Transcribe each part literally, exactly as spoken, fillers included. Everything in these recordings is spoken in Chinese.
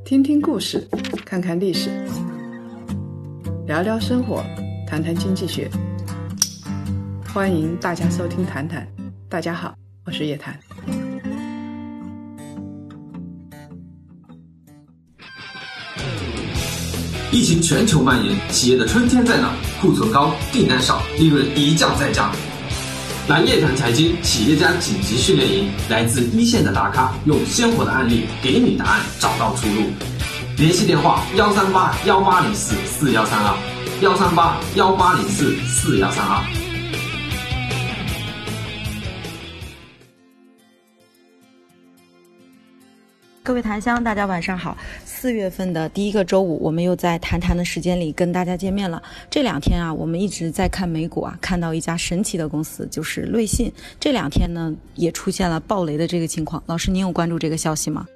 听听故事，看看历史，聊聊生活，谈谈经济学。欢迎大家收听谈谈。大家好，我是叶檀。 疫情全球蔓延，企业的春天在哪？库存高，订单少，利润一降再降。来叶檀财经企业家紧急训练营，来自一线的大咖用鲜活的案例给你答案，找到出路。联系电话：幺三八幺八零四四幺三二，幺三八幺八零四四幺三二。 各位檀香，大家晚上好。四月份的第一个周五，我们又在谈谈的时间里跟大家见面了。这两天啊，我们一直在看美股啊，看到一家神奇的公司，就是瑞信。这两天呢，也出现了暴雷的这个情况。老师，您有关注这个消息吗？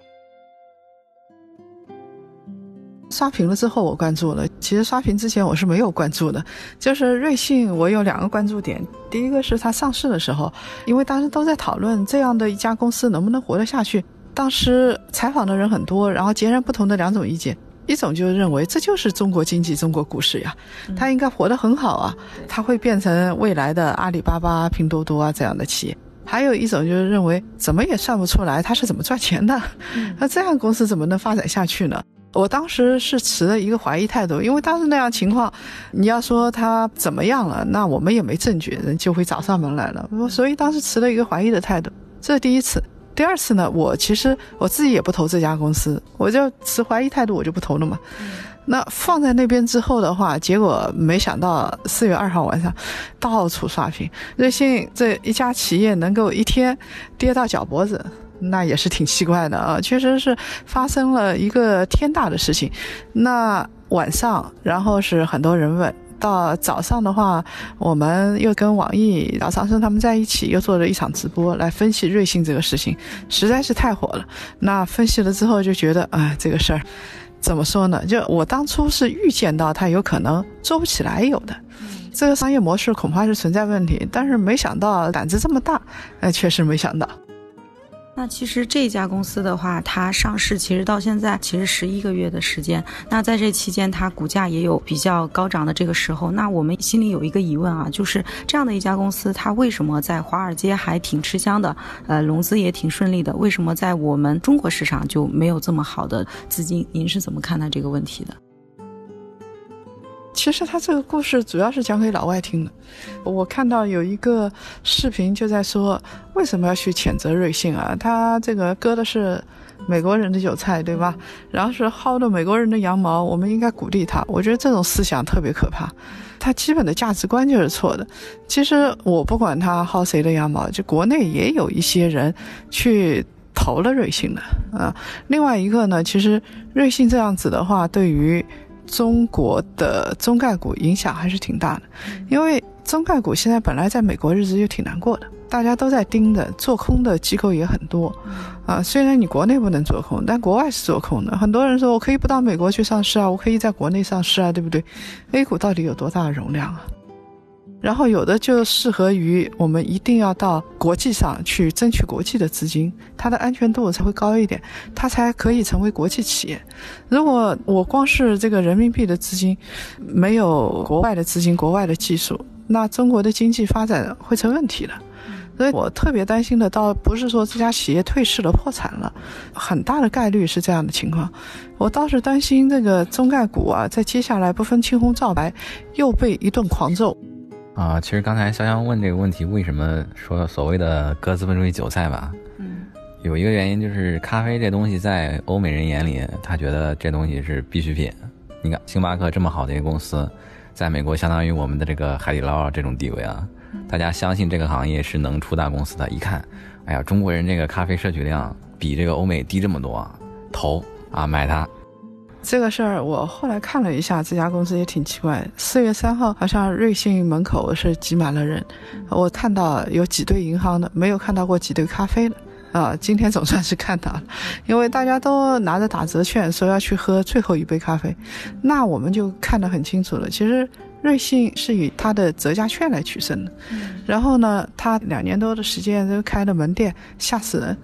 刷屏了之后我关注了，其实刷屏之前我是没有关注的。就是瑞信我有两个关注点，第一个是它上市的时候，因为当时都在讨论这样的一家公司能不能活得下去，当时采访的人很多，然后截然不同的两种意见。一种就认为这就是中国经济中国股市呀，它应该活得很好啊，它会变成未来的阿里巴巴拼多多啊这样的企业。还有一种就是认为怎么也算不出来它是怎么赚钱的，那这样公司怎么能发展下去呢？我当时是持了一个怀疑态度，因为当时那样情况，你要说他怎么样了，那我们也没证据，人就会找上门来了，所以当时持了一个怀疑的态度。这是第一次。第二次呢，我其实我自己也不投这家公司，我就持怀疑态度，我就不投了嘛。那放在那边之后的话，结果没想到四月二号晚上到处刷屏，瑞信这一家企业能够一天跌到脚脖子，那也是挺奇怪的啊，确实是发生了一个天大的事情。那晚上，然后是很多人问，到早上的话，我们又跟网易老长生他们在一起又做了一场直播来分析瑞信这个事情，实在是太火了。那分析了之后就觉得，哎，这个事儿怎么说呢？就我当初是预见到它有可能做不起来有的。这个商业模式恐怕是存在问题，但是没想到胆子这么大，哎，确实没想到。 那其实这家公司的话，它上市其实到现在其实十一个月的时间，那在这期间它股价也有比较高涨的这个时候，那我们心里有一个疑问啊，就是这样的一家公司，它为什么在华尔街还挺吃香的，呃，融资也挺顺利的，为什么在我们中国市场就没有这么好的资金？您是怎么看待这个问题的？ 其实他这个故事主要是讲给老外听的。我看到有一个视频就在说，为什么要去谴责瑞信啊？他这个割的是美国人的韭菜，对吧？然后是薅的美国人的羊毛，我们应该鼓励他。我觉得这种思想特别可怕，他基本的价值观就是错的。其实我不管他薅谁的羊毛，就国内也有一些人去投了瑞信的啊。另外一个呢，其实瑞信这样子的话，对于中国的中概股影响还是挺大的，因为中概股现在本来在美国日子就挺难过的，大家都在盯着，做空的机构也很多啊。虽然你国内不能做空，但国外是做空的。很多人说我可以不到美国去上市啊，我可以在国内上市啊，对不对？ A 股到底有多大的容量啊？然后有的就适合于我们一定要到国际上去争取国际的资金，它的安全度才会高一点，它才可以成为国际企业。如果我光是这个人民币的资金，没有国外的资金、国外的技术，那中国的经济发展会成问题的。所以我特别担心的倒不是说这家企业退市了、破产了，很大的概率是这样的情况。我倒是担心这个中概股啊，在接下来不分青红皂白又被一顿狂揍。 啊，其实刚才潇湘问这个问题，为什么说所谓的割资本主义韭菜吧？嗯，有一个原因就是咖啡这东西在欧美人眼里，他觉得这东西是必需品。你看星巴克这么好的一个公司，在美国相当于我们的这个海底捞这种地位啊，大家相信这个行业是能出大公司的。一看，哎呀，中国人这个咖啡摄取量比这个欧美低这么多，投啊买它。 这个事儿我后来看了一下，这家公司也挺奇怪。四月三号好像瑞信门口是挤满了人，我看到有几对银行的，没有看到过几对咖啡的啊。今天总算是看到了，因为大家都拿着打折券说要去喝最后一杯咖啡，那我们就看得很清楚了。其实瑞信是以它的折价券来取胜的，然后呢，它两年多的时间就开了门店，吓死人。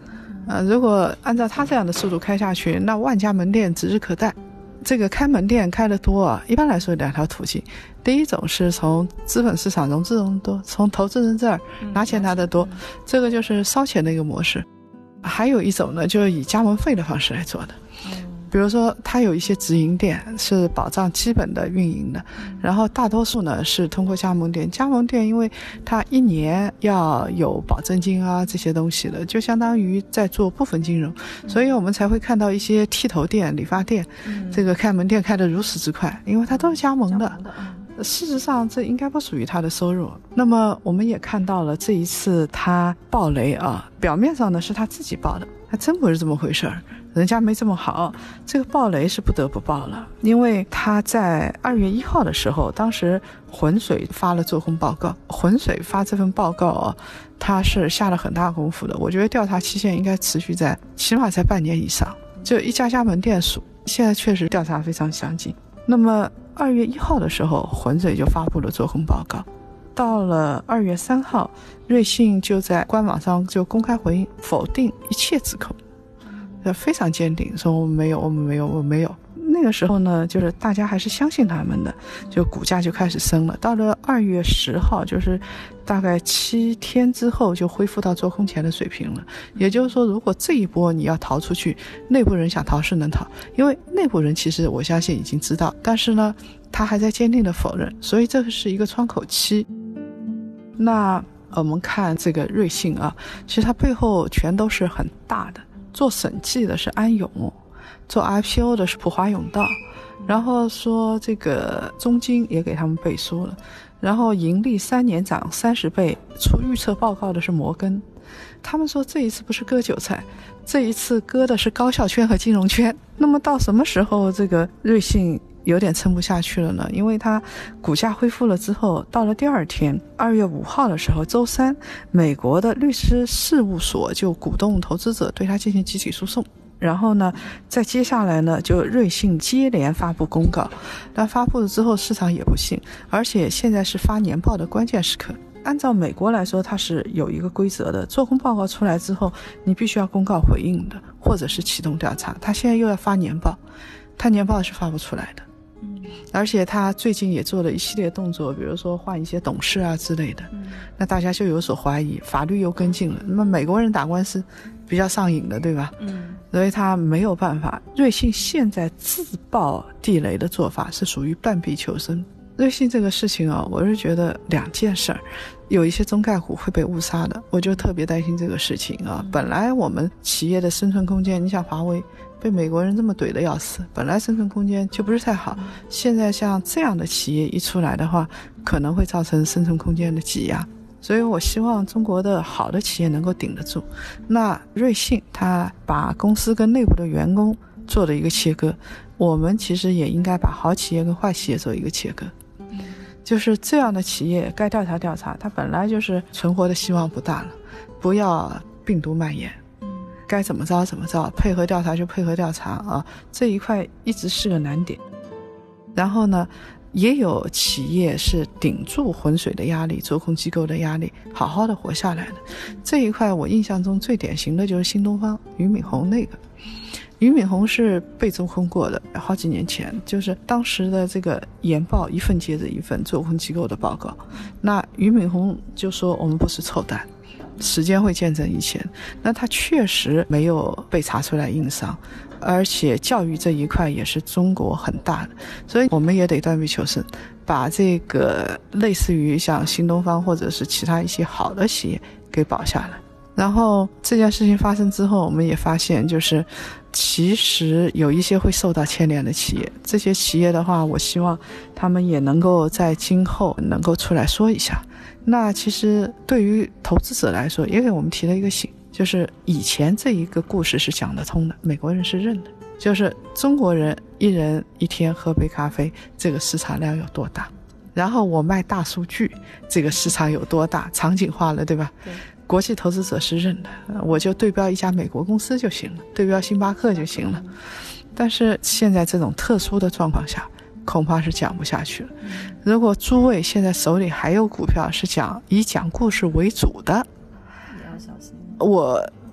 呃，如果按照他这样的速度开下去，那万家门店指日可待。这个开门店开得多啊，一般来说有两条途径，第一种是从资本市场融资融多，从投资人这儿拿钱拿得多，嗯、这个就是烧钱的一个模式。还有一种呢，就是以加盟费的方式来做的。比如说它有一些直营店是保障基本的运营的，然后大多数呢是通过加盟店。加盟店因为它一年要有保证金啊这些东西的，就相当于在做部分金融，所以我们才会看到一些剃头店、理发店、嗯、这个开门店开得如此之快，因为它都是加盟的。事实上这应该不属于他的收入。那么我们也看到了这一次他爆雷啊，表面上呢是他自己爆的，还真不是这么回事儿，人家没这么好。这个爆雷是不得不爆了，因为他在二月一号的时候，当时浑水发了做空报告。浑水发这份报告啊，他是下了很大功夫的，我觉得调查期限应该持续在起码在半年以上，就一家家门店数，现在确实调查非常详尽。那么二月一号的时候，浑水就发布了做空报告。到了二月三号，瑞信就在官网上就公开回应，否定一切指控，非常坚定，说我们没有，我们没有，我们没有。那个时候呢，就是大家还是相信他们的，就股价就开始升了。到了二月十号，就是大概七天之后，就恢复到做空前的水平了。也就是说，如果这一波你要逃出去，内部人想逃是能逃，因为内部人其实我相信已经知道，但是呢，他还在坚定的否认，所以这个是一个窗口期。那我们看这个瑞信啊，其实它背后全都是很大的，做审计的是安永，做 I P O 的是普华永道，然后说这个中金也给他们背书了，然后盈利三年涨三十倍，出预测报告的是摩根。他们说这一次不是割韭菜，这一次割的是高校圈和金融圈。那么到什么时候这个瑞信有点撑不下去了呢？因为它股价恢复了之后，到了第二天二月五号的时候，周三，美国的律师事务所就鼓动投资者对它进行集体诉讼。然后呢，再接下来呢，就瑞信接连发布公告，但发布了之后市场也不信，而且现在是发年报的关键时刻。按照美国来说，它是有一个规则的，做空报告出来之后，你必须要公告回应的，或者是启动调查。他现在又要发年报，他年报是发不出来的。而且他最近也做了一系列动作，比如说换一些董事啊之类的，那大家就有所怀疑，法律又跟进了。那么美国人打官司比较上瘾的，对吧？嗯，所以他没有办法。瑞信现在自曝地雷的做法是属于断臂求生。瑞信这个事情啊，我是觉得两件事儿，有一些中概股会被误杀的，我就特别担心这个事情啊。本来我们企业的生存空间，你想华为被美国人这么怼得要死，本来生存空间就不是太好，现在像这样的企业一出来的话，可能会造成生存空间的挤压。所以我希望中国的好的企业能够顶得住。那瑞信它把公司跟内部的员工做了一个切割，我们其实也应该把好企业跟坏企业做一个切割。就是这样的企业该调查调查，它本来就是存活的希望不大了，不要病毒蔓延，该怎么着怎么着，配合调查就配合调查啊，这一块一直是个难点。然后呢，也有企业是顶住浑水的压力，做空机构的压力，好好的活下来的。这一块我印象中最典型的就是新东方俞敏洪那个。俞敏洪是被做空过的，好几年前，就是当时的这个研报一份接着一份，做空机构的报告。那俞敏洪就说我们不是臭蛋，时间会见证一切。那他确实没有被查出来硬伤，而且教育这一块也是中国很大的，所以我们也得断臂求生，把这个类似于像新东方或者是其他一些好的企业给保下来。然后这件事情发生之后，我们也发现就是其实有一些会受到牵连的企业，这些企业的话，我希望他们也能够在今后能够出来说一下。那其实对于投资者来说也给我们提了一个醒，就是以前这一个故事是讲得通的，美国人是认的，就是中国人一人一天喝杯咖啡，这个市场量有多大，然后我卖大数据，这个市场有多大，场景化了，对吧？对，国际投资者是认的，我就对标一家美国公司就行了，对标星巴克就行了。但是现在这种特殊的状况下，恐怕是讲不下去了。如果诸位现在手里还有股票是讲以讲故事为主的， 也要小心。 我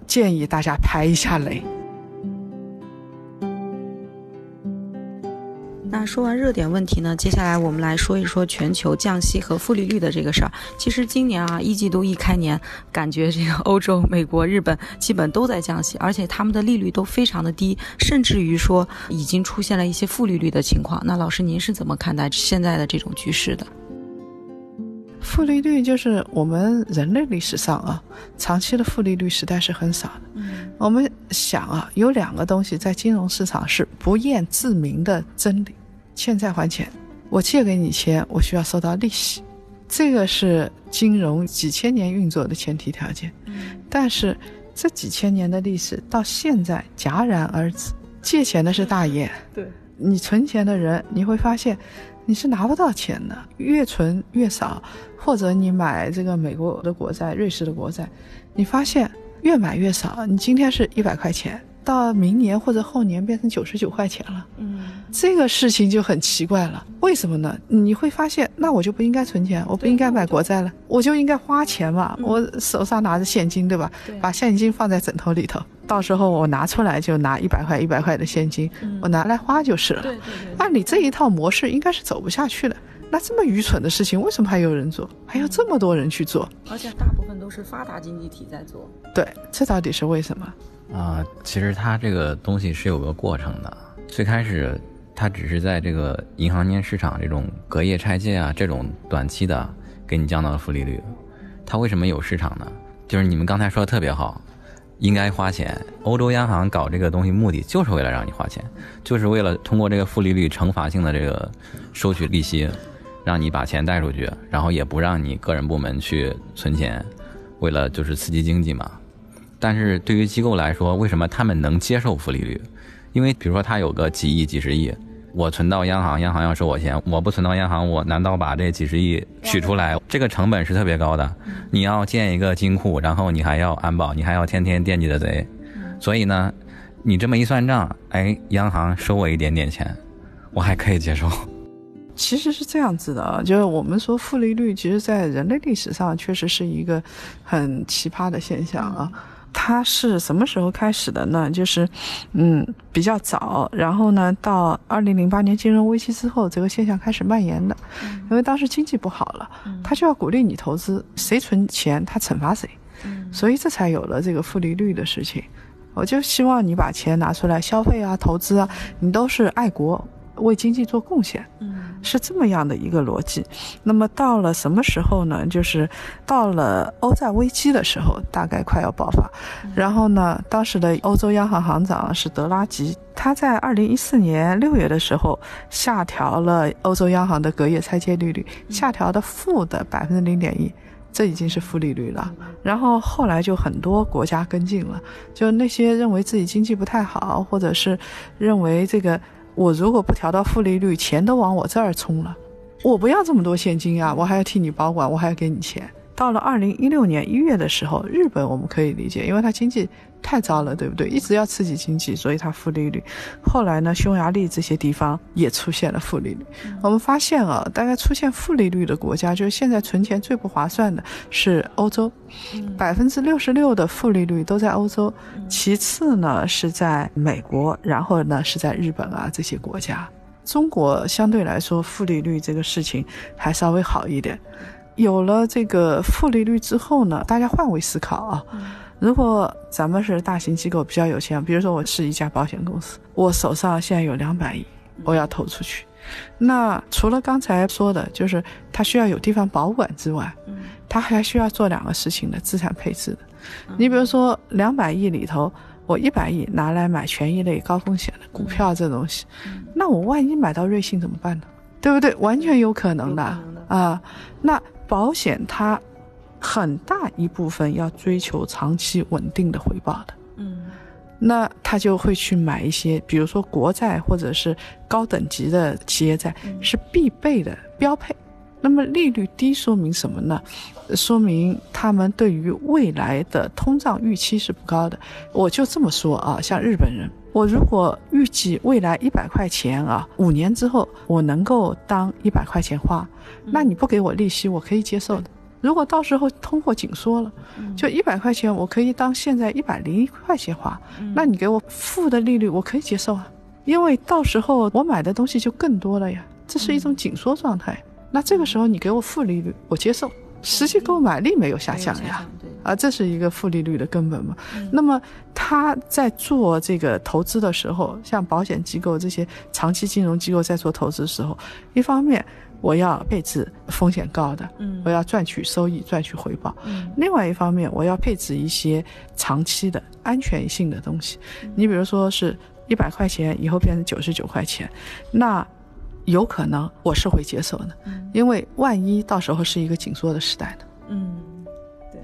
建议大家排一下雷。 那说完热点问题呢，接下来我们来说一说全球降息和负利率的这个事儿。其实今年啊，一季度一开年，感觉这个欧洲、美国、日本基本都在降息，而且他们的利率都非常的低，甚至于说已经出现了一些负利率的情况。那老师您是怎么看待现在的这种局势的？ 负利率就是我们人类历史上啊，长期的负利率时代是很少的。嗯，我们想啊，有两个东西在金融市场是不言自明的真理：欠债还钱。我借给你钱，我需要收到利息，这个是金融几千年运作的前提条件。嗯，但是这几千年的历史到现在戛然而止。借钱的是大爷，对，你存钱的人，你会发现你是拿不到钱的，越存越少。或者你买这个美国的国债、瑞士的国债，你发现越买越少，你今天是一百块钱，到明年或者后年变成九十九块钱了。嗯，这个事情就很奇怪了。为什么呢？你会发现，那我就不应该存钱，我不应该买国债了，我就应该花钱嘛。嗯、我手上拿着现金，对吧？对，把现金放在枕头里头，到时候我拿出来就拿一百块一百块的现金，嗯、我拿来花就是了。对对对，按你这一套模式应该是走不下去的。那这么愚蠢的事情为什么还有人做，还有这么多人去做？ 而且大部分都是发达经济体在做。 对，这到底是为什么啊、呃？其实它这个东西是有个过程的。最开始它只是在这个银行间市场这种隔夜拆借啊，这种短期的给你降到了负利率。它为什么有市场呢？就是你们刚才说的特别好，应该花钱。欧洲央行搞这个东西目的就是为了让你花钱，就是为了通过这个负利率惩罚性的这个收取利息，让你把钱贷出去，然后也不让你个人部门去存钱，为了就是刺激经济嘛。但是对于机构来说，为什么他们能接受负利率？因为比如说他有个几亿几十亿，我存到央行，央行要收我钱，我不存到央行，我难道把这几十亿取出来？这个成本是特别高的。你要建一个金库，然后你还要安保，你还要天天惦记着贼。所以呢，你这么一算账，哎，央行收我一点点钱，我还可以接受。 其实是这样子的啊，就是我们说负利率，其实在人类历史上确实是一个很奇葩的现象啊。它是什么时候开始的呢？就是嗯比较早，然后呢到二零零八年金融危机之后，这个现象开始蔓延的。因为当时经济不好了，他就要鼓励你投资，谁存钱他惩罚谁，所以这才有了这个负利率的事情。我就希望你把钱拿出来消费啊、投资啊，你都是爱国，为经济做贡献，是这么样的一个逻辑。那么到了什么时候呢？就是到了欧债危机的时候，大概快要爆发。然后呢，当时的欧洲央行行长是德拉吉，他在二零一四年六月的时候下调了欧洲央行的隔夜拆借利率，下调的负的百分之零点一。这已经是负利率了。然后后来就很多国家跟进了，就那些认为自己经济不太好，或者是认为这个我如果不调到负利率，钱都往我这儿冲了，我不要这么多现金啊，我还要替你保管，我还要给你钱。到了二零一六年一月的时候，日本我们可以理解，因为它经济太糟了，对不对？一直要刺激经济，所以它负利率。后来呢，匈牙利这些地方也出现了负利率。嗯、我们发现啊，大概出现负利率的国家，就是现在存钱最不划算的是欧洲，百分之六十六的负利率都在欧洲，其次呢是在美国，然后呢是在日本啊这些国家。中国相对来说负利率这个事情还稍微好一点。有了这个负利率之后呢，大家换位思考啊。如果咱们是大型机构比较有钱，比如说我是一家保险公司，我手上现在有两百亿，我要投出去。那除了刚才说的，就是它需要有地方保管之外，它还需要做两个事情的，资产配置的。你比如说两百亿里头，我一百亿拿来买权益类高风险的股票这东西，那我万一买到瑞信怎么办呢？对不对？完全有可能的啊。那保险它很大一部分要追求长期稳定的回报的，嗯，那他就会去买一些，比如说国债或者是高等级的企业债，是必备的标配。那么利率低说明什么呢？说明他们对于未来的通胀预期是不高的。我就这么说啊，像日本人，我如果预计未来一百块钱啊，五年之后我能够当一百块钱花，那你不给我利息，我可以接受的。 如果到时候通货紧缩了，就一百块钱我可以当现在一百零一块钱花，那你给我负的利率我可以接受啊，因为到时候我买的东西就更多了呀，这是一种紧缩状态。那这个时候你给我负利率我接受，实际购买力没有下降呀，啊，这是一个负利率的根本嘛。嗯、那么他在做这个投资的时候，像保险机构这些长期金融机构在做投资的时候，一方面我要配置风险高的，嗯，我要赚取收益赚取回报，嗯，另外一方面我要配置一些长期的安全性的东西，嗯、你比如说是一百块钱以后变成九十九块钱，那有可能我是会接受的，嗯、因为万一到时候是一个紧缩的时代呢。 嗯，对。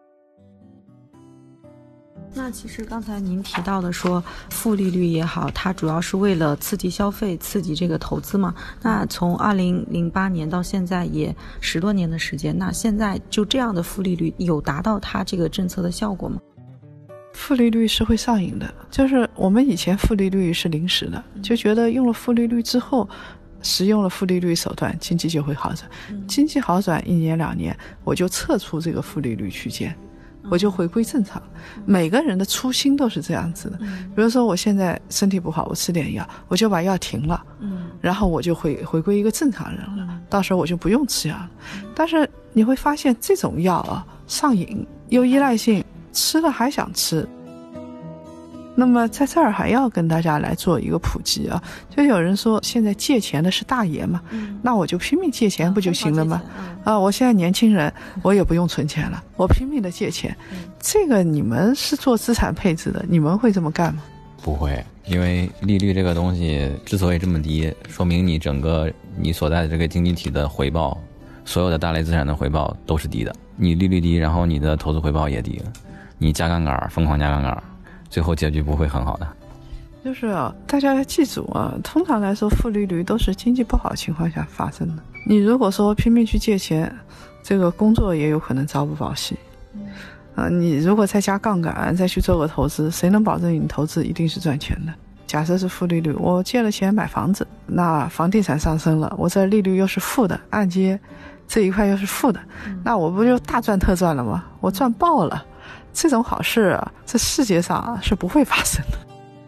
那其实刚才您提到的说负利率也好，它主要是为了刺激消费，刺激这个投资嘛。那从二零零八年到现在也十多年的时间，那现在就这样的负利率有达到它这个政策的效果吗？ 负利率是会上瘾的，就是我们以前负利率是临时的，就觉得用了负利率之后，使用了负利率手段，经济就会好转。嗯、经济好转一年两年，我就撤出这个负利率区间，我就回归正常。嗯、每个人的初心都是这样子的。嗯、比如说我现在身体不好，我吃点药，我就把药停了，嗯、然后我就回回归一个正常人了。嗯、到时候我就不用吃药了。嗯、但是你会发现这种药啊，上瘾又依赖性，吃了还想吃。那么在这儿还要跟大家来做一个普及啊，就有人说现在借钱的是大爷嘛，嗯、那我就拼命借钱不就行了吗？嗯、啊，我现在年轻人，我也不用存钱了，我拼命的借钱。嗯、这个你们是做资产配置的，你们会这么干吗？ 不会，因为利率这个东西之所以这么低，说明你整个你所在的这个经济体的回报，所有的大类资产的回报都是低的。你利率低，然后你的投资回报也低，你加杠杆，疯狂加杠杆。最后结局不会很好的。 就是啊，大家要记住啊，通常来说负利率都是经济不好的情况下发生的。你如果说拼命去借钱，这个工作也有可能朝不保夕。嗯、啊，你如果再加杠杆再去做个投资，谁能保证你投资一定是赚钱的？假设是负利率，我借了钱买房子，那房地产上升了，我这利率又是负的，按揭这一块又是负的，嗯、那我不就大赚特赚了吗？我赚爆了。这种好事啊，这世界上啊是不会发生的。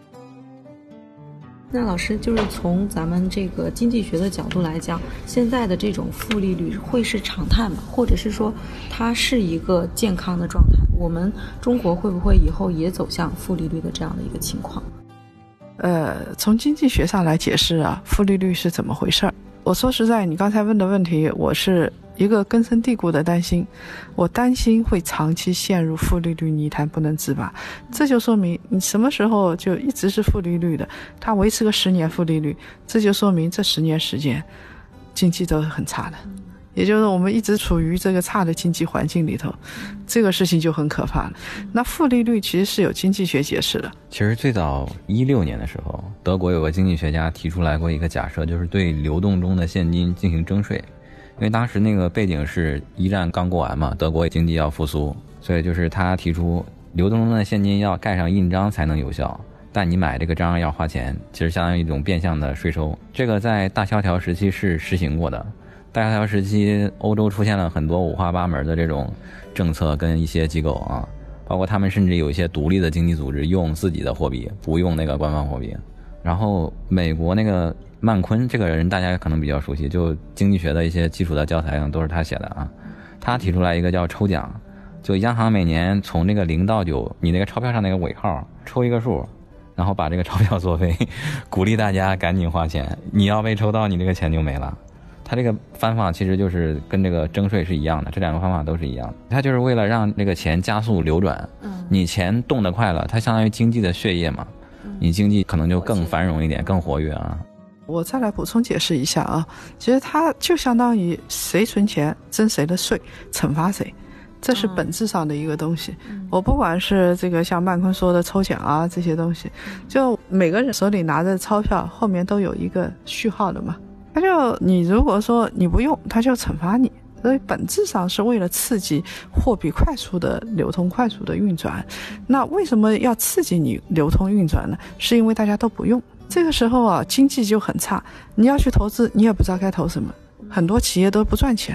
那老师，就是从咱们这个经济学的角度来讲，现在的这种负利率会是常态吗？或者是说它是一个健康的状态？我们中国会不会以后也走向负利率的这样的一个情况？ 呃，从经济学上来解释啊，负利率是怎么回事儿？我说实在，你刚才问的问题，我是一个根深蒂固的担心，我担心会长期陷入负利率泥潭不能自拔。这就说明你什么时候就一直是负利率的，它维持个十年负利率，这就说明这十年时间经济都是很差的，也就是我们一直处于这个差的经济环境里头，这个事情就很可怕了。那负利率其实是有经济学解释的。 其实最早一六年的时候，德国有个经济学家提出来过一个假设，就是对流动中的现金进行征税。因为当时那个背景是一战刚过完嘛，德国经济要复苏，所以就是他提出流动中的现金要盖上印章才能有效，但你买这个章要花钱，其实相当于一种变相的税收。这个在大萧条时期是实行过的。大萧条时期，欧洲出现了很多五花八门的这种政策跟一些机构啊，包括他们甚至有一些独立的经济组织用自己的货币，不用那个官方货币。然后美国那个曼昆这个人大家可能比较熟悉，就经济学的一些基础的教材上都是他写的啊。他提出来一个叫抽奖，就央行每年从这个零到九，你那个钞票上那个尾号抽一个数，然后把这个钞票作废，鼓励大家赶紧花钱，你要被抽到你这个钱就没了。他这个方法其实就是跟这个征税是一样的，这两个方法都是一样的。他就是为了让这个钱加速流转，你钱动得快了，它相当于经济的血液嘛，你经济可能就更繁荣一点，更活跃啊。 我再来补充解释一下啊，其实它就相当于谁存钱征谁的税，惩罚谁，这是本质上的一个东西。嗯、我不管是这个像曼昆说的抽奖啊这些东西，就每个人手里拿着钞票后面都有一个序号的嘛，他就你如果说你不用，他就惩罚你。所以本质上是为了刺激货币快速的流通、快速的运转。那为什么要刺激你流通运转呢？是因为大家都不用。这个时候啊，经济就很差，你要去投资，你也不知道该投什么，很多企业都不赚钱的。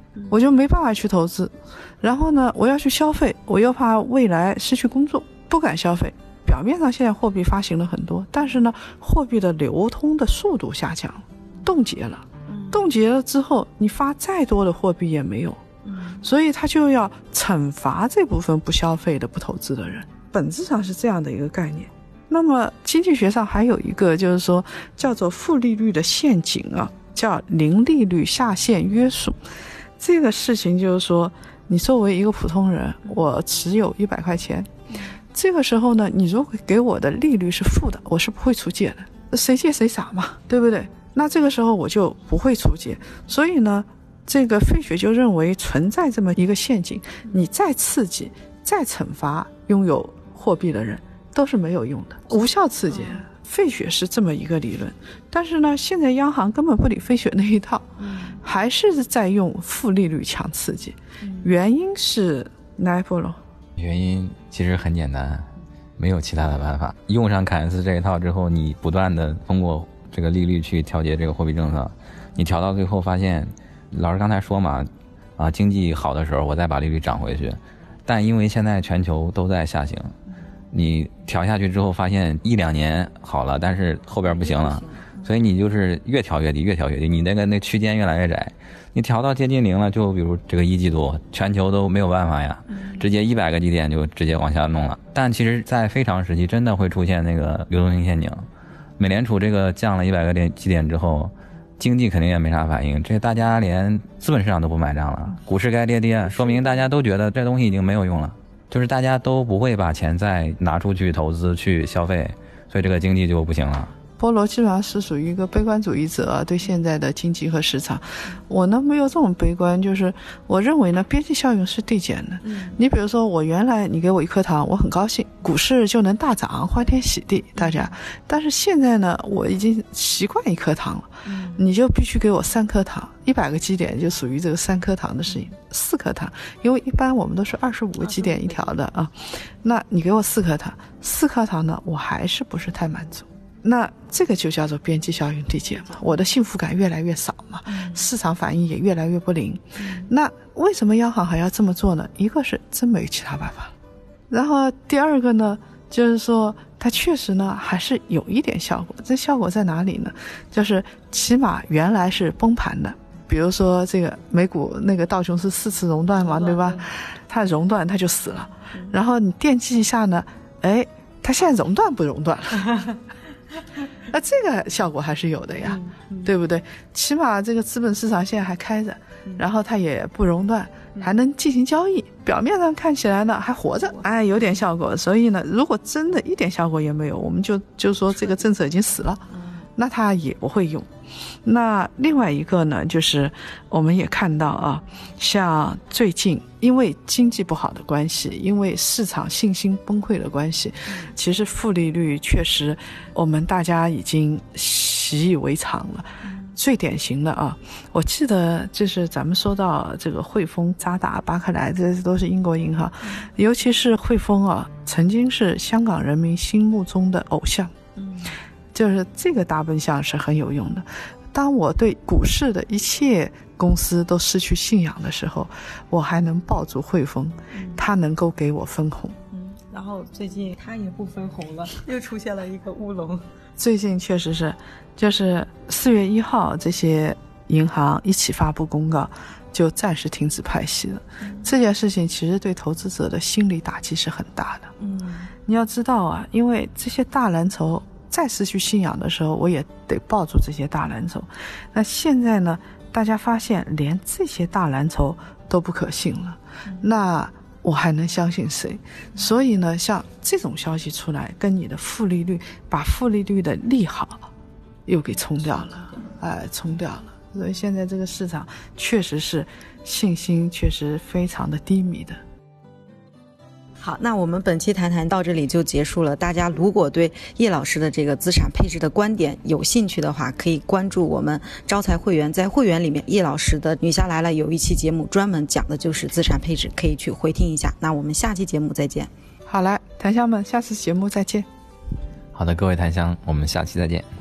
我就没办法去投资。然后呢，我要去消费，我又怕未来失去工作，不敢消费。表面上现在货币发行了很多，但是呢，货币的流通的速度下降了，冻结了。冻结了之后，你发再多的货币也没有，所以他就要惩罚这部分不消费的、不投资的人。本质上是这样的一个概念。那么经济学上还有一个就是说叫做负利率的陷阱啊，叫零利率下限约束。这个事情就是说，你作为一个普通人，我持有一百块钱，这个时候呢，你如果给我的利率是负的，我是不会出借的，谁借谁傻嘛，对不对？那这个时候我就不会出借。所以呢，这个费雪就认为存在这么一个陷阱，你再刺激再惩罚拥有货币的人都是没有用的，无效刺激。费雪是这么一个理论，但是呢，现在央行根本不理费雪那一套，还是在用负利率强刺激。原因是哪一波了？ 原因其实很简单，没有其他的办法。用上凯恩斯这一套之后，你不断的通过这个利率去调节这个货币政策，你调到最后发现，老师刚才说嘛，啊，经济好的时候我再把利率涨回去，但因为现在全球都在下行，你调下去之后发现一两年好了，但是后边不行了，所以你就是越调越低，越调越低，你那个那区间越来越窄，你调到接近零了，就比如这个一季度全球都没有办法呀，直接一百个基点就直接往下弄了。但其实在非常时期真的会出现那个流动性陷阱，美联储这个降了一百个点基点之后，经济肯定也没啥反应，这大家连资本市场都不买账了，股市该跌跌，说明大家都觉得这东西已经没有用了，就是大家都不会把钱再拿出去投资去消费，所以这个经济就不行了。 波罗基本上是属于一个悲观主义者啊，对现在的经济和市场。我呢没有这种悲观，就是我认为呢边际效应是递减的。你比如说我原来你给我一颗糖，我很高兴，股市就能大涨，欢天喜地大家。但是现在呢我已经习惯一颗糖了，你就必须给我三颗糖，一百个基点就属于这个三颗糖的事情，四颗糖，因为一般我们都是二十五个基点一条的啊，那你给我四颗糖，四颗糖呢我还是不是太满足。那这个就叫做边际效应递减嘛，我的幸福感越来越少嘛，市场反应也越来越不灵。那为什么央行还要这么做呢？一个是真没有其他办法，然后第二个呢，就是说它确实呢还是有一点效果。这效果在哪里呢？就是起码原来是崩盘的，比如说这个美股那个道琼斯四次熔断嘛，对吧？它熔断它就死了，然后你惦记一下呢，哎，它现在熔断不熔断了？那这个效果还是有的呀，嗯嗯、对不对？起码这个资本市场现在还开着，嗯、然后它也不熔断，嗯、还能进行交易，表面上看起来呢还活着，哎，有点效果。所以呢，如果真的一点效果也没有，我们就就说这个政策已经死了，那它也不会用。那另外一个呢，就是我们也看到啊，像最近因为经济不好的关系，因为市场信心崩溃的关系，其实负利率确实我们大家已经习以为常了。最典型的啊，我记得就是咱们说到这个汇丰、渣打、巴克莱，这都是英国银行，尤其是汇丰啊，曾经是香港人民心目中的偶像。就是这个大笨象是很有用的。当我对股市的一切公司都失去信仰的时候，我还能抱住汇丰，它能够给我分红。 嗯，然后最近它也不分红了，又出现了一个乌龙。 最近确实是，就是四月一号这些银行一起发布公告，就暂时停止派息了。嗯、这件事情其实对投资者的心理打击是很大的。嗯，你要知道啊，因为这些大蓝筹再失去信仰的时候，我也得抱住这些大蓝筹。那现在呢，大家发现连这些大蓝筹都不可信了，嗯、那我还能相信谁？嗯、所以呢，像这种消息出来，跟你的负利率，把负利率的利好又给冲掉了，哎，冲掉了。所以现在这个市场确实是信心确实非常的低迷的。 好，那我们本期谈谈到这里就结束了。大家如果对叶老师的这个资产配置的观点有兴趣的话，可以关注我们招财会员，在会员里面叶老师的女侠来了有一期节目专门讲的就是资产配置，可以去回听一下。那我们下期节目再见。 好了，檀香们，下次节目再见。 好的，各位檀香，我们下期再见。